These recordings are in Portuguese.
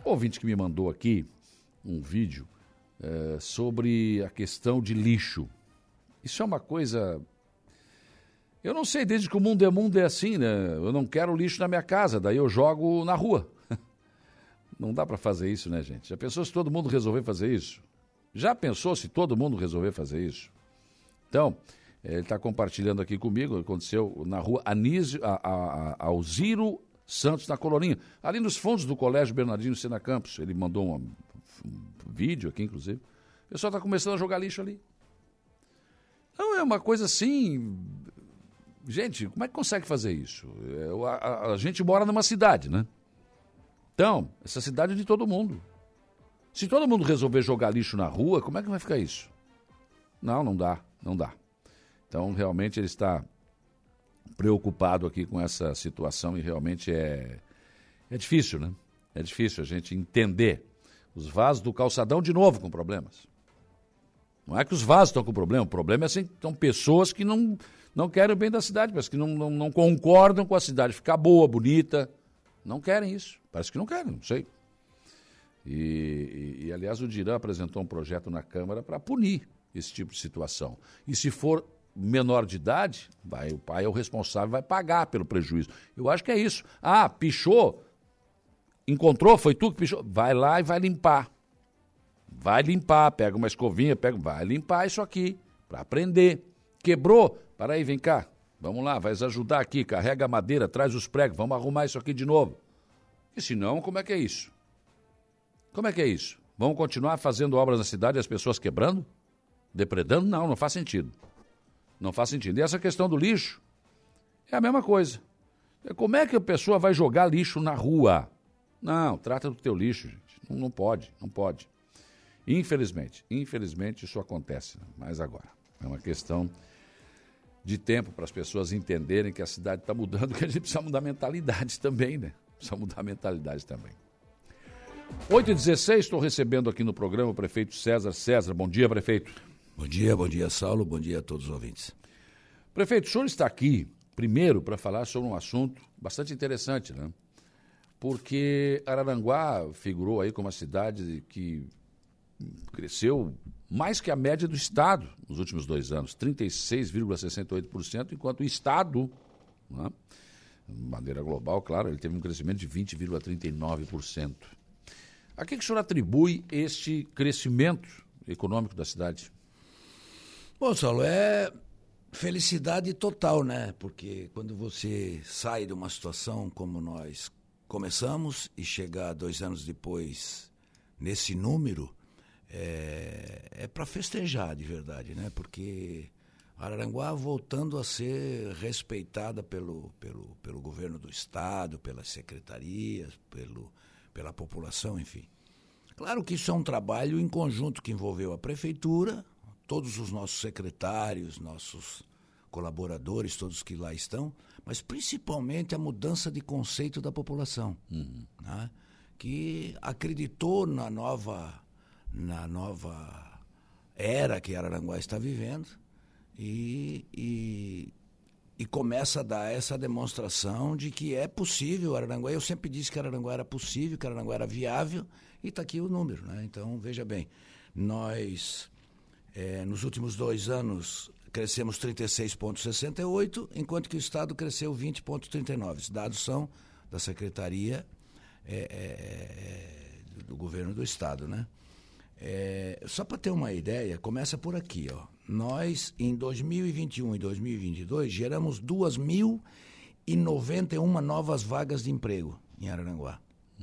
ouvinte que me mandou aqui um vídeo sobre a questão de lixo. Isso é uma coisa... Eu não sei, desde que o mundo é assim, né? Eu não quero lixo na minha casa, daí eu jogo na rua. Não dá para fazer isso, né, gente? Já pensou se todo mundo resolver fazer isso? Já pensou se todo mundo resolver fazer isso? Então, ele está compartilhando aqui comigo, aconteceu na rua Alziro Santos, na Colorinha, ali nos fundos do Colégio Bernardino Sena Campos. Ele mandou um vídeo aqui, inclusive. O pessoal está começando a jogar lixo ali. Então, é uma coisa assim... Gente, como é que consegue fazer isso? A gente mora numa cidade, né? Então, essa cidade é de todo mundo. Se todo mundo resolver jogar lixo na rua, como é que vai ficar isso? Não dá. Então, realmente, ele está preocupado aqui com essa situação e realmente é difícil, né? É difícil a gente entender. Os vasos do calçadão, de novo, com problemas. Não é que os vasos estão com problema, o problema é assim, são pessoas que não querem o bem da cidade, mas que não concordam com a cidade ficar boa, bonita. Não querem isso. Parece que não querem, não sei. E aliás, o Dirã apresentou um projeto na Câmara para punir esse tipo de situação. E se for menor de idade, o pai é o responsável, vai pagar pelo prejuízo. Eu acho que é isso. Pichou, encontrou, foi tu que pichou, vai lá e vai limpar. Vai limpar, pega uma escovinha, vai limpar isso aqui, para aprender. Quebrou, para aí, vem cá. Vamos lá, vai ajudar aqui, carrega a madeira, traz os pregos, vamos arrumar isso aqui de novo. E se não, como é que é isso? Como é que é isso? Vamos continuar fazendo obras na cidade e as pessoas quebrando? Depredando? Não faz sentido. Não faz sentido. E essa questão do lixo é a mesma coisa. Como é que a pessoa vai jogar lixo na rua? Não, trata do teu lixo, gente. Não pode. Infelizmente isso acontece, mas agora. É uma questão de tempo para as pessoas entenderem que a cidade está mudando, que a gente precisa mudar a mentalidade também, né? 8h16, estou recebendo aqui no programa o prefeito César. Bom dia, prefeito. Bom dia, Saulo, bom dia a todos os ouvintes. Prefeito, o senhor está aqui, primeiro, para falar sobre um assunto bastante interessante, né? Porque Araranguá figurou aí como uma cidade que cresceu mais que a média do Estado nos últimos 2 anos, 36,68%, enquanto o Estado, né, de maneira global, claro, ele teve um crescimento de 20,39%. A que o senhor atribui este crescimento econômico da cidade? Bom, Saulo, é felicidade total, né? Porque quando você sai de uma situação como nós começamos e chegar 2 anos depois nesse número, é para festejar de verdade, né? Porque Araranguá voltando a ser respeitada pelo governo do estado, pelas secretarias, pela população, enfim. Claro que isso é um trabalho em conjunto que envolveu a prefeitura, todos os nossos secretários, nossos colaboradores, todos que lá estão, mas principalmente a mudança de conceito da população, né? Que acreditou na nova era que Araranguá está vivendo e começa a dar essa demonstração de que é possível Araranguá. Eu sempre disse que Araranguá era possível, que Araranguá era viável, e está aqui o número, né? Então, veja bem, nós, nos últimos 2 anos, crescemos 36,68%, enquanto que o Estado cresceu 20,39%. Os dados são da Secretaria do Governo do Estado, né? Só para ter uma ideia, começa por aqui, ó. Nós, em 2021 e 2022, geramos 2.091 novas vagas de emprego em Araranguá.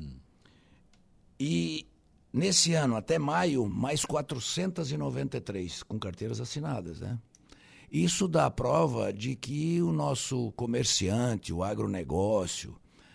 E, nesse ano, até maio, mais 493 com carteiras assinadas, né? Isso dá a prova de que o nosso comerciante, o agronegócio,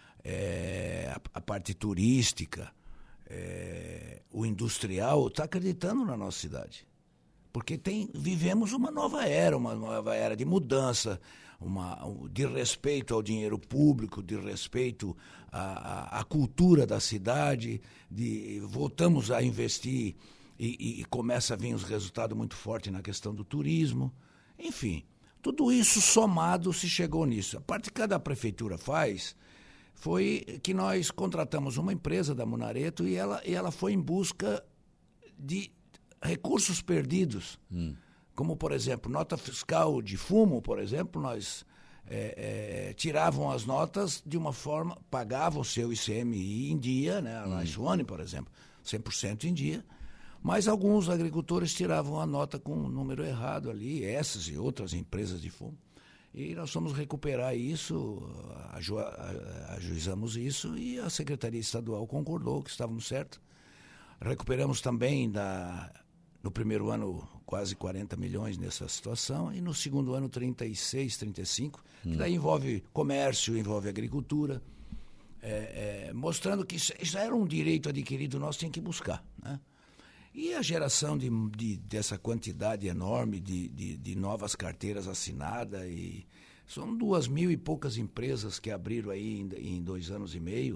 a parte turística, o industrial está acreditando na nossa cidade. Porque vivemos uma nova era de mudança, de respeito ao dinheiro público, de respeito à cultura da cidade, voltamos a investir e começa a vir os resultados muito fortes na questão do turismo. Enfim, tudo isso somado se chegou nisso. A parte que cada prefeitura faz foi que nós contratamos uma empresa da Munareto e ela foi em busca de recursos perdidos. Como, por exemplo, nota fiscal de fumo, por exemplo, nós tiravam as notas de uma forma, pagavam o seu ICMI em dia, né? A Suane, por exemplo, 100% em dia, mas alguns agricultores tiravam a nota com um número errado ali, essas e outras empresas de fumo. E nós fomos recuperar isso, ajuizamos isso e a Secretaria Estadual concordou que estávamos certos. Recuperamos também no primeiro ano quase 40 milhões nessa situação e no segundo ano 36, 35, que daí envolve comércio, envolve agricultura, mostrando que isso era um direito adquirido, nós tínhamos que buscar, né? E a geração dessa quantidade enorme de novas carteiras assinadas, e são 2.000 e poucas empresas que abriram aí em 2 anos e meio.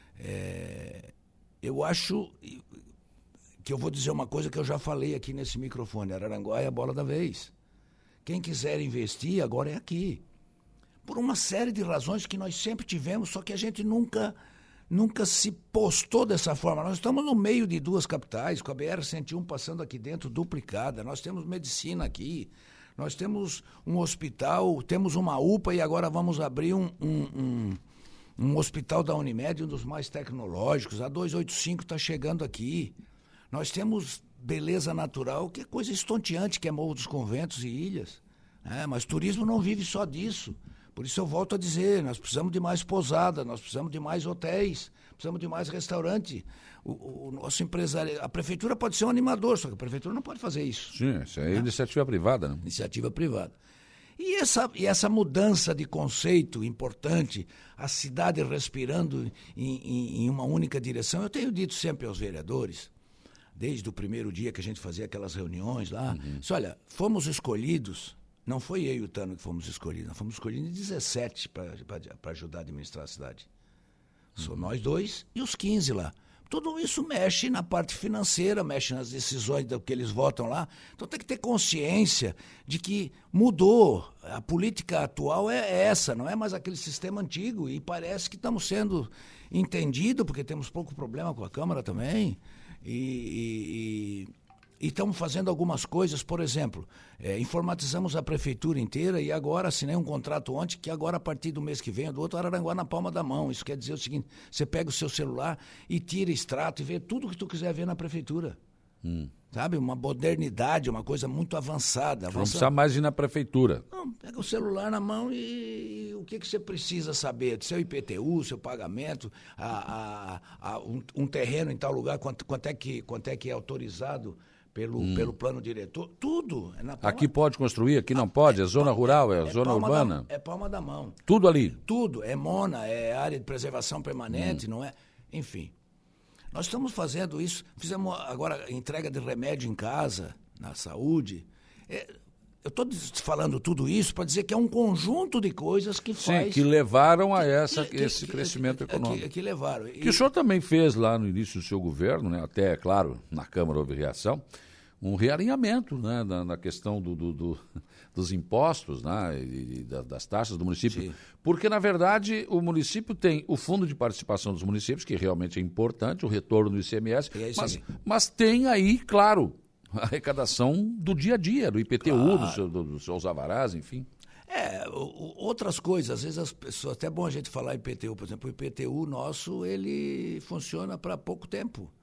Eu acho que eu vou dizer uma coisa que eu já falei aqui nesse microfone: Araranguá é a bola da vez. Quem quiser investir, agora é aqui. Por uma série de razões que nós sempre tivemos, só que a gente nunca se postou dessa forma. Nós estamos no meio de 2 capitais, com a BR-101 passando aqui dentro, duplicada. Nós temos medicina aqui, nós temos um hospital, temos uma UPA e agora vamos abrir um hospital da Unimed, um dos mais tecnológicos. A 285 está chegando aqui. Nós temos beleza natural, que é coisa estonteante, que é Morro dos Conventos e Ilhas. Mas turismo não vive só disso. Por isso eu volto a dizer, nós precisamos de mais pousada, nós precisamos de mais hotéis, precisamos de mais restaurante. O nosso empresário, a prefeitura pode ser um animador, só que a prefeitura não pode fazer isso. Sim, isso é iniciativa privada, né? Iniciativa privada. E essa mudança de conceito importante, a cidade respirando em uma única direção, eu tenho dito sempre aos vereadores, desde o primeiro dia que a gente fazia aquelas reuniões lá, disse, olha, fomos escolhidos. Não foi eu e o Tano que fomos escolhidos, nós fomos escolhidos em 17 para ajudar a administrar a cidade. São nós 2 e os 15 lá. Tudo isso mexe na parte financeira, mexe nas decisões do que eles votam lá. Então tem que ter consciência de que mudou. A política atual é essa, não é mais aquele sistema antigo. E parece que estamos sendo entendidos, porque temos pouco problema com a Câmara também. E estamos fazendo algumas coisas, por exemplo, informatizamos a prefeitura inteira e agora assinei um contrato ontem que agora a partir do mês que vem, do outro Araranguá na palma da mão. Isso quer dizer o seguinte, você pega o seu celular e tira extrato e vê tudo que tu quiser ver na prefeitura. Sabe? Uma modernidade, uma coisa muito avançada. Não precisa mais ir na prefeitura. Não, pega o celular na mão e o que você precisa saber? Seu IPTU, seu pagamento, um terreno em tal lugar, quanto é que é autorizado pelo plano diretor, tudo. Aqui pode construir, aqui não pode, é zona rural, é zona urbana. É palma da mão. Tudo ali. Tudo, é MONA, é área de preservação permanente, não é? Enfim, nós estamos fazendo isso, fizemos agora entrega de remédio em casa, na saúde. Eu estou falando tudo isso para dizer que é um conjunto de coisas que faz... Sim, que levaram a esse crescimento econômico. Que levaram. Que o senhor também fez lá no início do seu governo, né, até, claro, na Câmara houve reação, um realinhamento, né, na questão dos impostos, né, e das taxas do município. Sim. Porque, na verdade, o município tem o Fundo de Participação dos Municípios, que realmente é importante, o retorno do ICMS, mas tem aí, claro... a arrecadação do dia a dia, do IPTU, claro, dos seus alvarás, enfim. Outras coisas, às vezes as pessoas, até é bom a gente falar IPTU, por exemplo, o IPTU nosso, ele funciona para pouco tempo,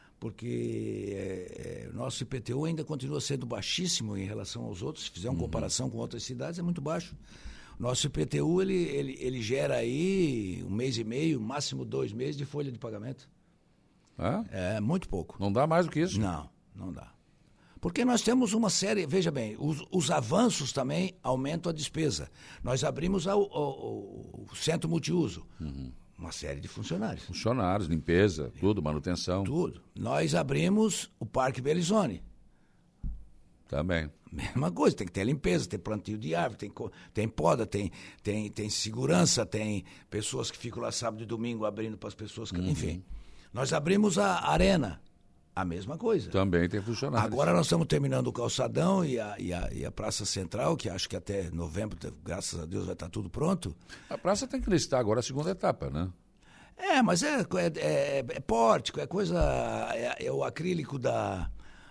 porque o nosso IPTU ainda continua sendo baixíssimo em relação aos outros, se fizer uma comparação com outras cidades, é muito baixo. Nosso IPTU, ele gera aí 1 mês e meio, máximo 2 meses de folha de pagamento. É muito pouco. Não dá mais do que isso? Não dá. Porque nós temos uma série, veja bem, os avanços também aumentam a despesa. Nós abrimos o centro multiuso, uma série de funcionários. Funcionários, limpeza, tudo, manutenção. Tudo. Nós abrimos o Parque Belizone. Também. Mesma coisa, tem que ter limpeza, tem plantio de árvore, tem poda, tem segurança, tem pessoas que ficam lá sábado e domingo abrindo para as pessoas, enfim. Nós abrimos a arena. A mesma coisa. Também tem funcionários. Agora nós estamos terminando o calçadão e a Praça Central, que acho que até novembro, graças a Deus, vai estar tudo pronto. A praça tem que licitar agora a segunda etapa, né? Mas é pórtico, é coisa... É o acrílico da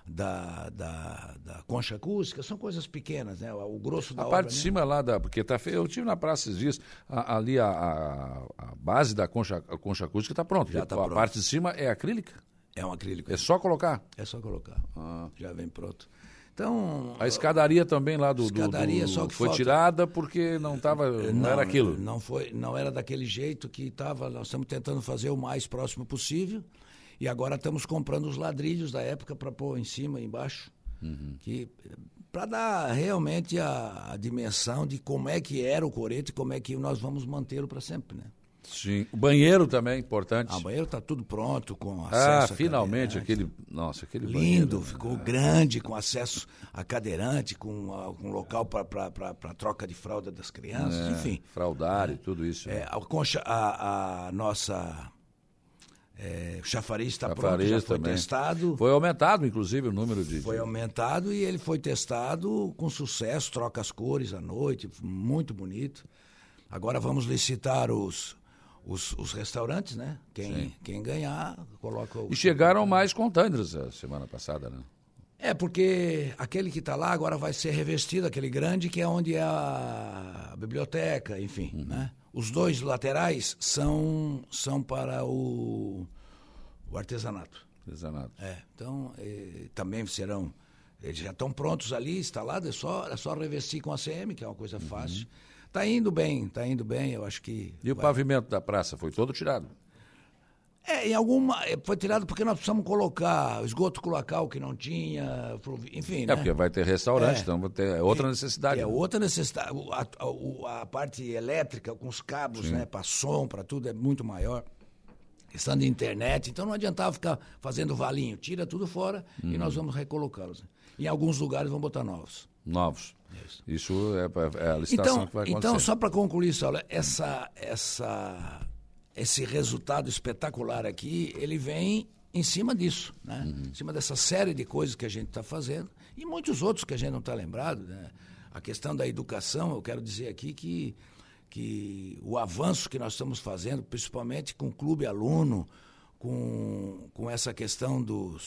concha acústica, são coisas pequenas, né? O grosso da A obra... parte de cima lá, porque tá feio, eu estive na praça esses dias, ali a base da concha acústica está pronta. Já tá a pronto. parte de cima é acrílica? É um acrílico. É só colocar? É só colocar. Já vem pronto. Então... A escadaria também lá só que foi falta... tirada porque não era aquilo? Não era daquele jeito que estava. Nós estamos tentando fazer o mais próximo possível e agora estamos comprando os ladrilhos da época para pôr em cima e embaixo, para dar realmente a dimensão de como é que era o coreto e como é que nós vamos mantê-lo para sempre, né? Sim. O banheiro também, importante. O banheiro está tudo pronto, com acesso finalmente, aquele lindo, banheiro. ficou grande, com acesso a cadeirante, com local para troca de fralda das crianças, enfim. Fraldário, tudo isso. A nossa chafariz está pronto, já foi também. testado. Foi aumentado, inclusive, o número de... Foi aumentado e ele foi testado com sucesso, troca as cores à noite, muito bonito. Agora vamos licitar os restaurantes, né? Quem ganhar, coloca o... E chegaram mais containers a semana passada, né? Porque aquele que está lá agora vai ser revestido, aquele grande, que é onde é a biblioteca, enfim, né? Os dois laterais são para o artesanato. Então, também serão... Eles já estão prontos ali, instalados, é só revestir com a CM, que é uma coisa fácil. Está indo bem, eu acho que... E o pavimento da praça foi todo tirado? Foi tirado porque nós precisamos colocar esgoto cloacal que não tinha, enfim, né? Porque vai ter restaurante, então vai ter outra necessidade. Outra necessidade. A parte elétrica, com os cabos, né, para som, para tudo, é muito maior. Questão de internet, então não adiantava ficar fazendo valinho. Tira tudo fora e nós vamos recolocá-los. Em alguns lugares vamos botar novos. Isso é a licitação que vai acontecer. Então, só para concluir, Saulo, esse resultado espetacular aqui, ele vem em cima disso, né? Em cima dessa série de coisas que a gente está fazendo e muitos outros que a gente não está lembrado, né? A questão da educação, eu quero dizer aqui que o avanço que nós estamos fazendo, principalmente com o clube aluno, com essa questão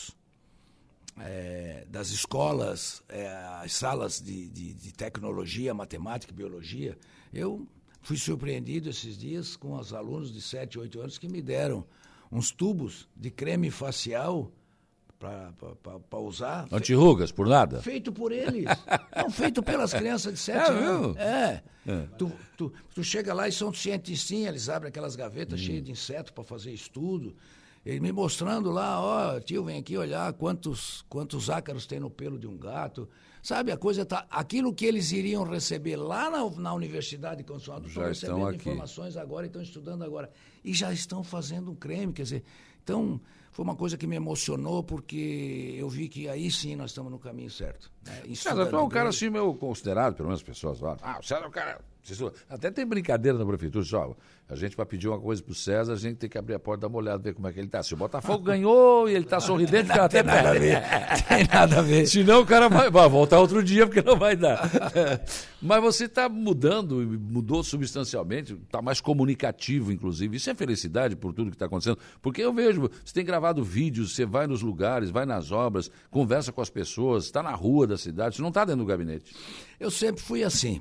das escolas, as salas de tecnologia, matemática e biologia, eu fui surpreendido esses dias com os alunos de 7, 8 anos que me deram uns tubos de creme facial para usar. Antirrugas, por nada? Feito por eles. Não, feito pelas crianças de 7 anos. Tu chega lá e são cientistinhas, eles abrem aquelas gavetas cheias de inseto para fazer estudo. Ele me mostrando lá, tio, vem aqui olhar quantos ácaros tem no pelo de um gato. Sabe, a coisa tá... Aquilo que eles iriam receber lá na Universidade Constitucional, estão recebendo informações agora e estão estudando agora. E já estão fazendo um creme, quer dizer... Então, foi uma coisa que me emocionou, porque eu vi que aí sim nós estamos no caminho certo. César, tu é um cara assim meio considerado, pelo menos as pessoas falam. O César é um cara... Até tem brincadeira na prefeitura, só. A gente vai pedir uma coisa pro César, a gente tem que abrir a porta e dar uma olhada, ver como é que ele tá. Se o Botafogo ganhou e ele tá sorridente, fica até nada a ver. Tem nada a ver. Senão o cara vai voltar outro dia, porque não vai dar. Mas você está mudou substancialmente, está mais comunicativo, inclusive. Isso é felicidade por tudo que está acontecendo. Porque eu vejo, você tem gravado vídeos, você vai nos lugares, vai nas obras, conversa com as pessoas, está na rua da cidade, você não está dentro do gabinete. Eu sempre fui assim.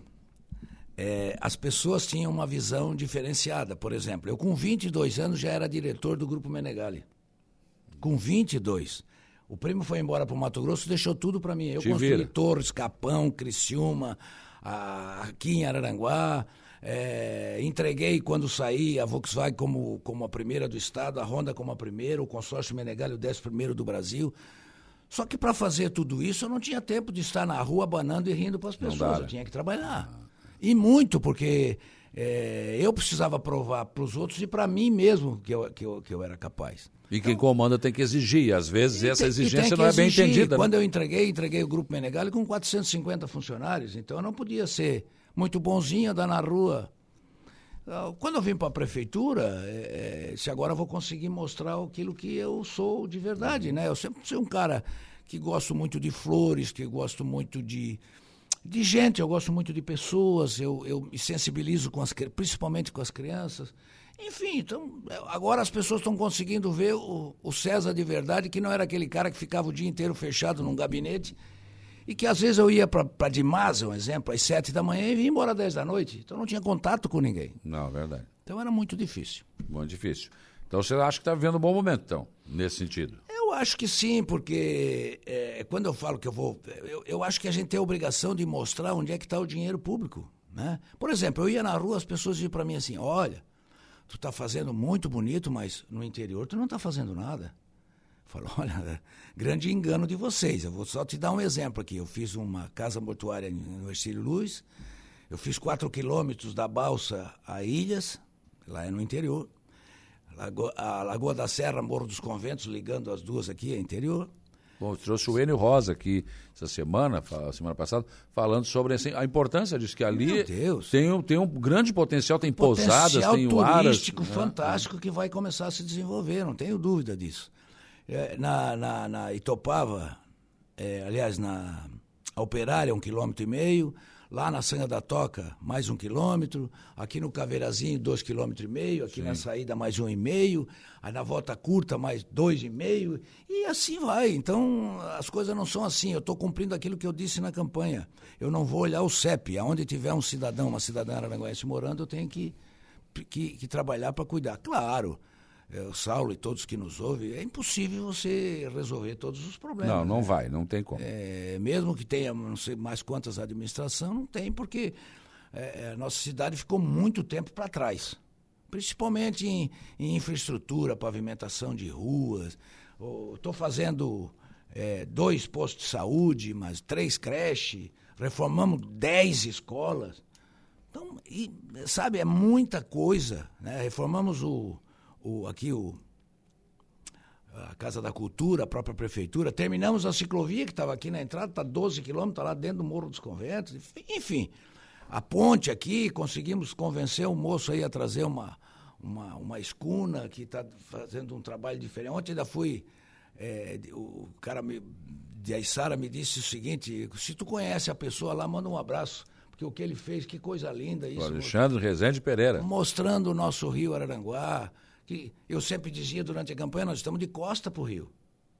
As pessoas tinham uma visão diferenciada. Por exemplo, eu com 22 anos já era diretor do Grupo Menegali. Com 22. O primo foi embora para o Mato Grosso, deixou tudo para mim. Eu construí Torres, Capão, Criciúma, aqui em Araranguá. Entreguei, quando saí, a Volkswagen como a primeira do estado, a Honda como a primeira, o consórcio Menegali o 11º do Brasil. Só que para fazer tudo isso, eu não tinha tempo de estar na rua abanando e rindo para as pessoas. Eu tinha que trabalhar. E muito, porque eu precisava provar para os outros e para mim mesmo que eu era capaz. E quem comanda tem que exigir, e às vezes essa exigência não é bem entendida. Quando eu entreguei o Grupo Menegali com 450 funcionários, então eu não podia ser muito bonzinho, andar na rua. Quando eu vim para a prefeitura, se agora eu vou conseguir mostrar aquilo que eu sou de verdade, né? Eu sempre sou um cara que gosto muito de flores, que gosto muito de gente, eu gosto muito de pessoas, eu me sensibilizo principalmente com as crianças. Enfim, então, agora as pessoas estão conseguindo ver o César de verdade, que não era aquele cara que ficava o dia inteiro fechado num gabinete, e que às vezes eu ia para Dimas, um exemplo, às 7 da manhã e vinha embora às 10 da noite. Então não tinha contato com ninguém. Não, verdade. Então era muito difícil. Muito difícil. Então você acha que está vivendo um bom momento, então, nesse sentido? Eu acho que sim, porque quando eu falo que eu vou... Eu acho que a gente tem a obrigação de mostrar onde é que está o dinheiro público, né? Por exemplo, eu ia na rua, as pessoas diziam para mim assim, olha, tu está fazendo muito bonito, mas no interior tu não está fazendo nada. Eu falo, olha, grande engano de vocês. Eu vou só te dar um exemplo aqui. Eu fiz uma casa mortuária no Ercílio Luz, eu fiz 4 quilômetros da Balsa a Ilhas, lá é no interior. A Lagoa da Serra, Morro dos Conventos, ligando as duas aqui, é interior. Bom, trouxe o Enio Rosa aqui essa semana passada, falando sobre assim, a importância disso, que ali tem um grande potencial, tem pousadas, tem turístico aras, fantástico que vai começar a se desenvolver, não tenho dúvida disso. Na Itopava, aliás, na Operária, 1,5 km, lá na Sanga da Toca, mais 1 km, aqui no Caveirazinho, 2,5 km, aqui na saída mais 1,5, aí na volta curta mais 2,5, e assim vai. Então, as coisas não são assim. Eu estou cumprindo aquilo que eu disse na campanha. Eu não vou olhar o CEP. Aonde tiver um cidadão, uma cidadã araranguense morando, eu tenho que trabalhar para cuidar. Claro, o Saulo e todos que nos ouvem, é impossível você resolver todos os problemas. Não vai, não tem como. Mesmo que tenha não sei mais quantas administração, não tem, porque a nossa cidade ficou muito tempo para trás. Principalmente em infraestrutura, pavimentação de ruas. Estou fazendo 2 postos de saúde, mais 3 creches, reformamos 10 escolas. Então, sabe, é muita coisa, né? Reformamos a Casa da Cultura, a própria prefeitura, terminamos a ciclovia que estava aqui na entrada, está 12 quilômetros, está lá dentro do Morro dos Conventos, enfim, a ponte aqui, conseguimos convencer o moço aí a trazer uma escuna que está fazendo um trabalho diferente. Ontem ainda fui, o cara de Aiçara me disse o seguinte, se tu conhece a pessoa lá, manda um abraço, porque o que ele fez, que coisa linda isso. Alexandre Rezende Pereira. Mostrando o nosso rio Araranguá, que eu sempre dizia durante a campanha, nós estamos de costa para o rio.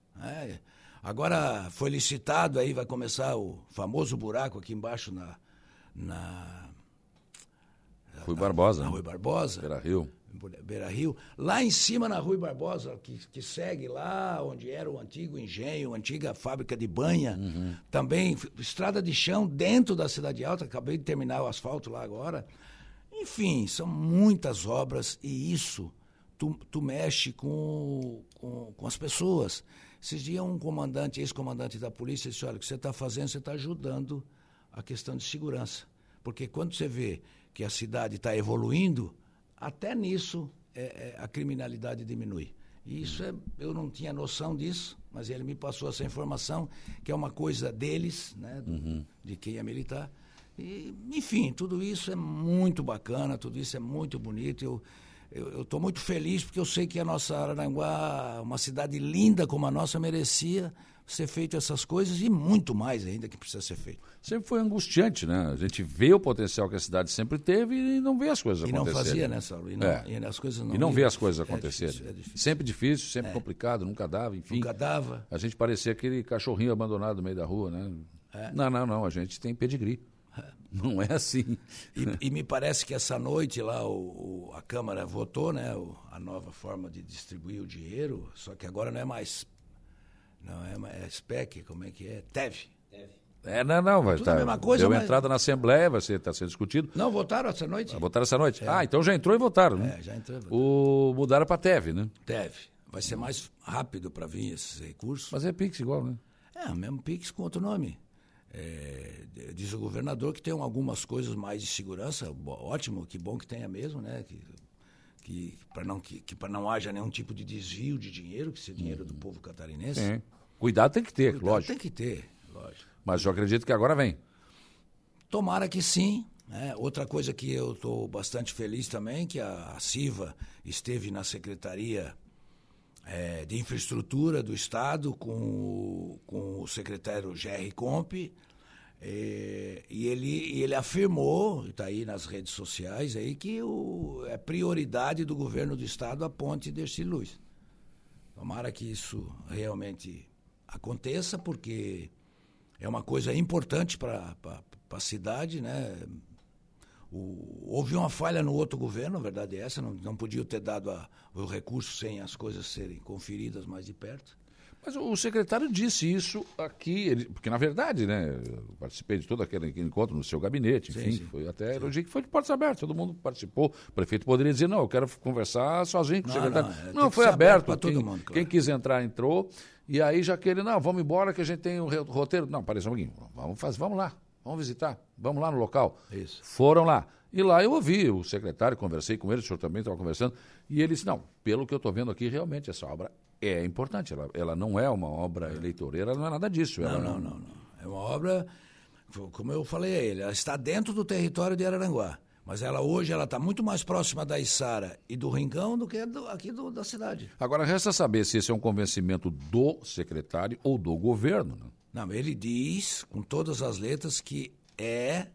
Agora foi licitado, aí vai começar o famoso buraco aqui embaixo na Rui Barbosa. Na Rui Barbosa. Beira-Rio. Lá em cima na Rui Barbosa, que segue lá onde era o antigo engenho, a antiga fábrica de banha. Também estrada de chão dentro da Cidade Alta, acabei de terminar o asfalto lá agora. Enfim, são muitas obras e isso... Tu mexe com as pessoas. Esses dias um ex-comandante da polícia disse, olha, o que você está fazendo, você está ajudando a questão de segurança. Porque quando você vê que a cidade está evoluindo, até nisso a criminalidade diminui. E isso eu não tinha noção disso, mas ele me passou essa informação, que é uma coisa deles, né, de quem é militar. E, enfim, tudo isso é muito bacana, tudo isso é muito bonito. Eu estou muito feliz porque eu sei que a nossa Araranguá, uma cidade linda como a nossa, merecia ser feito essas coisas e muito mais ainda que precisa ser feito. Sempre foi angustiante, né? A gente vê o potencial que a cidade sempre teve e não vê as coisas acontecerem. E não fazia, né, Saulo? E as coisas não vê as coisas acontecerem. Difícil. Sempre difícil, sempre complicado, nunca dava, enfim. Nunca dava. A gente parecia aquele cachorrinho abandonado no meio da rua, né? Não, a gente tem pedigree. Não é assim. E me parece que essa noite lá a Câmara votou, né, a nova forma de distribuir o dinheiro, só que agora não é mais SPEC, como é que é? TEV. Vai estar. A mesma coisa, deu entrada na Assembleia, está sendo discutido. Não, votaram essa noite? Votaram essa noite? Então já entrou e votaram, né? Já entrou e votaram. Mudaram para TEV, né? TEV. Vai ser mais rápido para vir esses recursos. Mas é Pix igual, né? O mesmo Pix com outro nome. Diz o governador que tem algumas coisas mais de segurança, ótimo, que bom que tenha mesmo, né? Que para não haja nenhum tipo de desvio de dinheiro, que seja dinheiro do povo catarinense. Sim. Cuidado tem que ter, lógico. Tem que ter, lógico. Mas eu acredito que agora vem. Tomara que sim. Outra coisa que eu estou bastante feliz também, que a Civa esteve na Secretaria de Infraestrutura do Estado com o secretário Gerry Compe, E ele afirmou, está aí nas redes sociais, aí, que é prioridade do governo do estado a ponte Dercílio Luz. Tomara que isso realmente aconteça, porque é uma coisa importante para a cidade, né? Houve uma falha no outro governo, a verdade é essa, não podia ter dado o recurso sem as coisas serem conferidas mais de perto. Mas o secretário disse isso aqui, porque na verdade, né, eu participei de todo aquele encontro no seu gabinete, enfim, sim. Foi até elogiei que foi de portas abertas, todo mundo participou. O prefeito poderia dizer, não, eu quero conversar sozinho com o secretário. Não, foi aberto para todo mundo. Claro. Quem quis entrar, entrou. E aí já que ele, não, vamos embora que a gente tem um roteiro. Não, parece um pouquinho, vamos lá, vamos visitar, vamos lá no local. Isso. Foram lá. E lá eu ouvi o secretário, conversei com ele, o senhor também estava conversando, e ele disse, não, pelo que eu estou vendo aqui, realmente essa obra é importante, ela não é uma obra eleitoreira, não é nada disso. Não. É uma obra, como eu falei a ele, ela está dentro do território de Araranguá, mas hoje ela está muito mais próxima da Içara e do Rincão do que aqui da cidade. Agora, resta saber se esse é um convencimento do secretário ou do governo. Né? Não, ele diz, com todas as letras, que é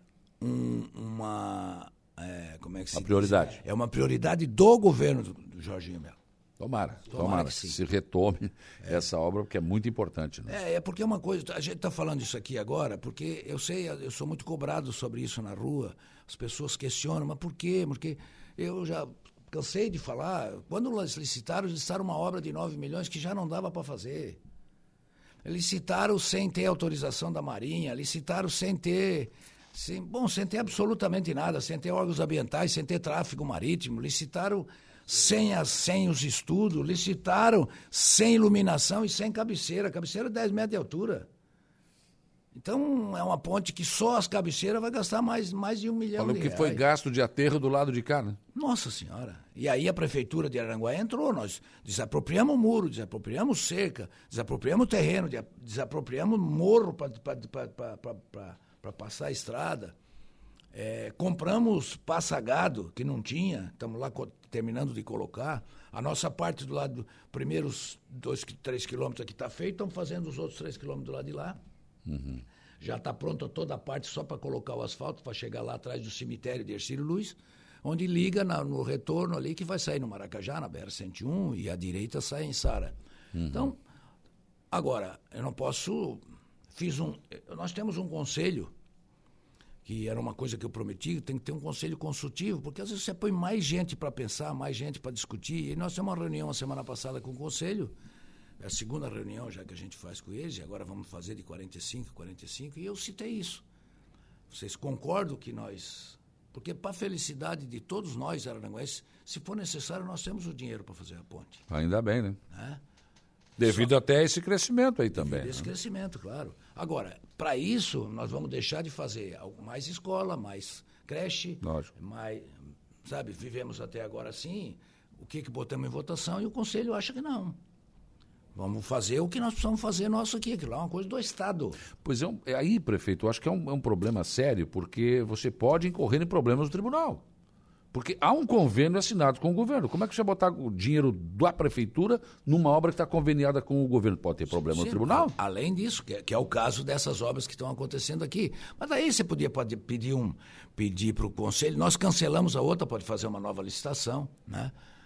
uma prioridade. É uma prioridade do governo do Jorginho Melo. Tomara que se retome essa obra, porque é muito importante. Né? É porque é uma coisa, a gente está falando isso aqui agora, porque eu sou muito cobrado sobre isso na rua, as pessoas questionam, mas por quê? Porque eu já cansei de falar, quando eles licitaram uma obra de 9 milhões que já não dava para fazer. Licitaram sem ter autorização da Marinha, licitaram sem ter absolutamente nada, sem ter órgãos ambientais, sem ter tráfego marítimo, licitaram sem os estudos, licitaram sem iluminação e sem cabeceira, cabeceira 10 metros de altura. Então é uma ponte que só as cabeceiras vai gastar mais de 1 milhão de reais. Falou que foi gasto de aterro do lado de cá, né? Nossa Senhora! E aí a prefeitura de Araranguá entrou, nós desapropriamos o muro, desapropriamos cerca, desapropriamos o terreno, desapropriamos morro para passar a estrada. Compramos passagado, que não tinha, estamos lá terminando de colocar. A nossa parte do lado, primeiros 3 quilômetros aqui está feito, estamos fazendo os outros 3 quilômetros do lado de lá. Uhum. Já está pronta toda a parte só para colocar o asfalto, para chegar lá atrás do cemitério de Dercílio Luz, onde liga no retorno ali, que vai sair no Maracajá, na BR-101, e à direita sai em Içara. Uhum. Então, agora, eu não posso... Nós temos um conselho, que era uma coisa que eu prometi, tem que ter um conselho consultivo, porque às vezes você põe mais gente para pensar, mais gente para discutir, e nós temos uma reunião a semana passada com o conselho, é a segunda reunião já que a gente faz com eles, e agora vamos fazer de 45, e eu citei isso. Vocês concordam que nós... Porque para a felicidade de todos nós, araranguenses, se for necessário, nós temos o dinheiro para fazer a ponte. Ainda bem, né? Devido até a esse crescimento aí também. Devido a esse crescimento, claro. Agora, para isso, nós vamos deixar de fazer mais escola, mais creche, mais... Sabe, vivemos até agora assim, o que botamos em votação e o Conselho acha que não. Vamos fazer o que nós precisamos fazer nosso aqui, aquilo lá é uma coisa do Estado. Pois aí, prefeito, eu acho que é um problema sério, porque você pode incorrer em problemas no tribunal. Porque há um convênio assinado com o governo. Como é que você vai botar o dinheiro da prefeitura numa obra que está conveniada com o governo? Pode ter problema no tribunal? Além disso, que é o caso dessas obras que estão acontecendo aqui. Mas daí você pode pedir para o Conselho, nós cancelamos a outra, pode fazer uma nova licitação, né?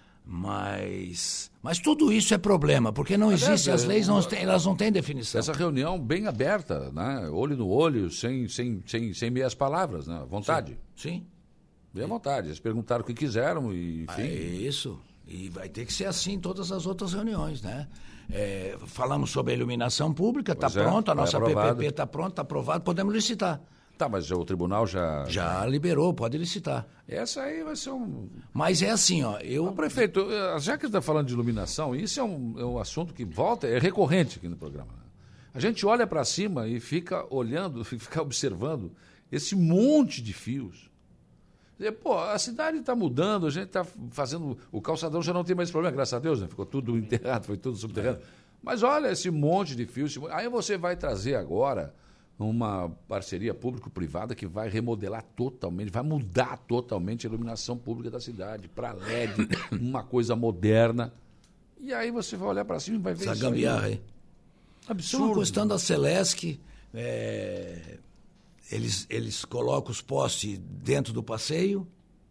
Mas tudo isso é problema, porque não existe, as leis elas não têm definição. Essa reunião bem aberta, né? Olho no olho, sem meias palavras, né? Vontade. Sim. Bem à vontade. Eles perguntaram o que quiseram e enfim. É isso. E vai ter que ser assim em todas as outras reuniões, né? Falamos sobre a iluminação pública, está pronto, a nossa PPP está pronta, está aprovado, podemos licitar. Tá, mas o tribunal já liberou, pode licitar. Essa aí vai ser Mas é assim, ó, prefeito, já que você está falando de iluminação, isso é um assunto que é recorrente aqui no programa. A gente olha para cima e fica olhando, fica observando esse monte de fios. Pô, a cidade está mudando, a gente está fazendo... O calçadão já não tem mais problema, graças a Deus, né? Ficou tudo enterrado, foi tudo subterrâneo. Mas olha esse monte de fios. Aí você vai trazer agora uma parceria público-privada que vai remodelar totalmente, vai mudar totalmente a iluminação pública da cidade, para LED, uma coisa moderna. E aí você vai olhar para cima e vai ver essa gambiarra aí. Absurdo. Uma questão da Celesc, Eles colocam os postes dentro do passeio.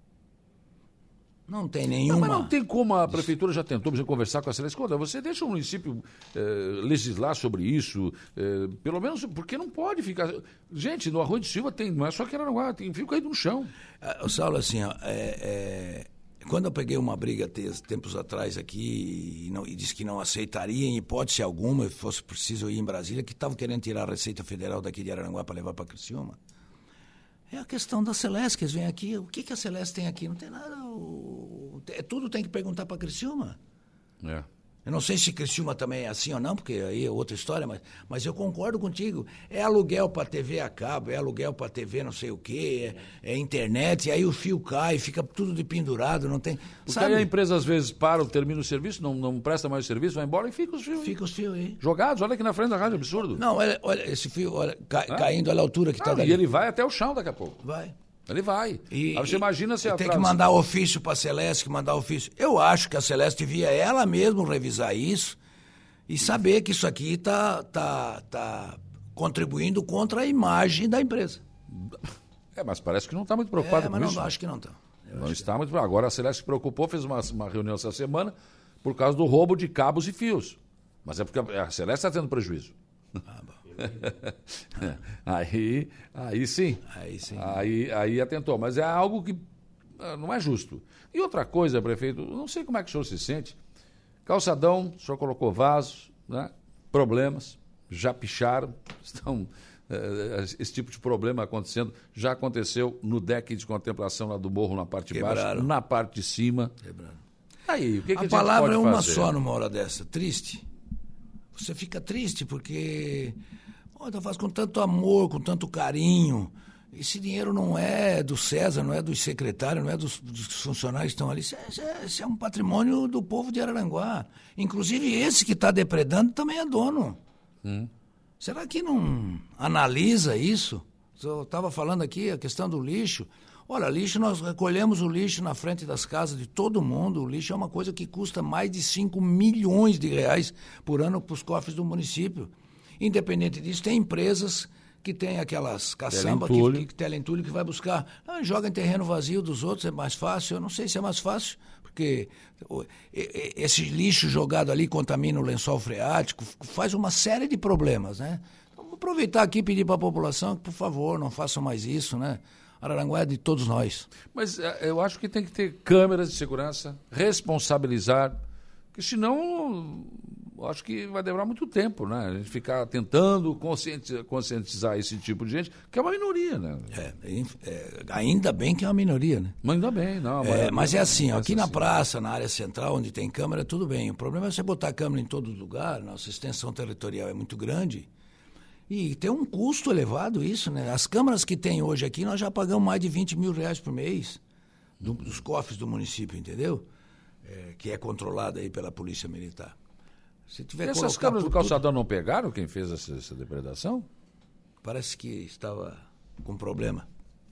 Não tem nenhuma... Mas não tem como a prefeitura já tentou conversar com a Celeste. Escuta, você deixa o município legislar sobre isso, pelo menos, porque não pode ficar... Gente, no Arroio de Silva tem, não é só que Araranguá, tem fio caído no chão. Saulo, assim, quando eu peguei uma briga tempos atrás aqui e disse que não aceitaria em hipótese alguma, se fosse preciso ir em Brasília, que estavam querendo tirar a Receita Federal daqui de Araranguá para levar para Criciúma. É a questão da Celeste, que eles vêm aqui. O que a Celeste tem aqui? Não tem nada. Tudo tem que perguntar para Criciúma. É. Eu não sei se Criciúma também é assim ou não, porque aí é outra história, mas eu concordo contigo. É aluguel para TV a cabo, é aluguel para TV não sei o quê, é internet, e aí o fio cai, fica tudo de pendurado, não tem... Porque sabe? aí a empresa às vezes termina o serviço, não presta mais o serviço, vai embora e fica os fios. Fica os fios aí. Jogados, olha aqui na frente da rádio, absurdo. Não, olha esse fio, caindo, olha a altura que está dali. E ele vai até o chão daqui a pouco. Vai. Ele vai. Aí você imagina se tem que mandar ofício para a Celeste, Eu acho que a Celeste devia ela mesma revisar isso e saber que isso aqui tá contribuindo contra a imagem da empresa. Mas parece que não está muito preocupado com isso. Mas acho que não está. Não está muito preocupado. Agora a Celeste se preocupou, fez uma reunião essa semana por causa do roubo de cabos e fios. Mas é porque a Celeste está tendo prejuízo. Bom. Aí sim. Aí atentou. Mas é algo que não é justo. E outra coisa, prefeito, não sei como é que o senhor se sente. Calçadão, o senhor colocou vasos, né? Problemas, já picharam, estão... esse tipo de problema acontecendo, já aconteceu no deck de contemplação lá do morro, na parte de baixo, na parte de cima. Quebraram. Aí, o que a gente palavra pode é uma fazer? só numa hora dessa, triste. Você fica triste porque faz com tanto amor, com tanto carinho. Esse dinheiro não é do César, não é dos secretários, não é dos funcionários que estão ali. Isso é um patrimônio do povo de Araranguá. Inclusive esse que está depredando também é dono. Será que não analisa isso? Eu estava falando aqui a questão do lixo. Olha, lixo, nós recolhemos o lixo na frente das casas de todo mundo. O lixo é uma coisa que custa mais de 5 milhões de reais por ano para os cofres do município. Independente disso, tem empresas que tem aquelas caçambas, teleentulho, que vai buscar, joga em terreno vazio dos outros, é mais fácil. Eu não sei se é mais fácil, porque esse lixo jogado ali contamina o lençol freático, faz uma série de problemas, né? Então, vou aproveitar aqui e pedir para a população que, por favor, não façam mais isso, né? Araranguá é de todos nós. Mas eu acho que tem que ter câmeras de segurança, responsabilizar, porque senão acho que vai demorar muito tempo, né? A gente ficar tentando conscientizar esse tipo de gente, que é uma minoria, né? Ainda bem que é uma minoria, né? Mas ainda bem, não. Mas é assim, aqui na praça, na área central, onde tem câmera, tudo bem. O problema é você botar câmera em todo lugar, nossa extensão territorial é muito grande. E tem um custo elevado isso, né? As câmaras que tem hoje aqui, nós já pagamos mais de 20 mil reais por mês dos cofres do município, entendeu? Que é controlada aí pela Polícia Militar. Se tiver essas câmeras do calçadão não pegaram quem fez essa depredação? Parece que estava com problema.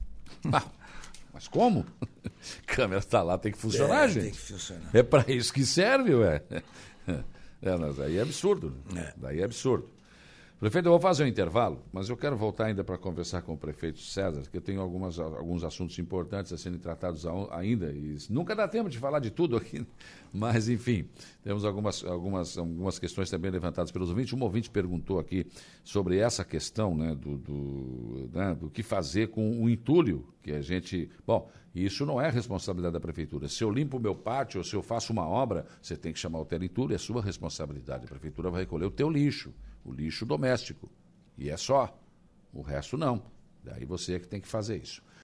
Mas como? A câmera está lá, tem que funcionar, gente. Tem que funcionar. É para isso que serve, ué. Daí é absurdo. Daí é absurdo. Prefeito, eu vou fazer um intervalo, mas eu quero voltar ainda para conversar com o prefeito César, que eu tenho alguns assuntos importantes a serem tratados ainda, e nunca dá tempo de falar de tudo aqui, mas enfim, temos algumas questões também levantadas pelos ouvintes. Um ouvinte perguntou aqui sobre essa questão, né, do que fazer com o entulho, que a gente... Bom, isso não é responsabilidade da prefeitura. Se eu limpo o meu pátio ou se eu faço uma obra, você tem que chamar o teleentulho, é sua responsabilidade. A prefeitura vai recolher o teu lixo, o lixo doméstico. E é só. O resto não. Daí você é que tem que fazer isso.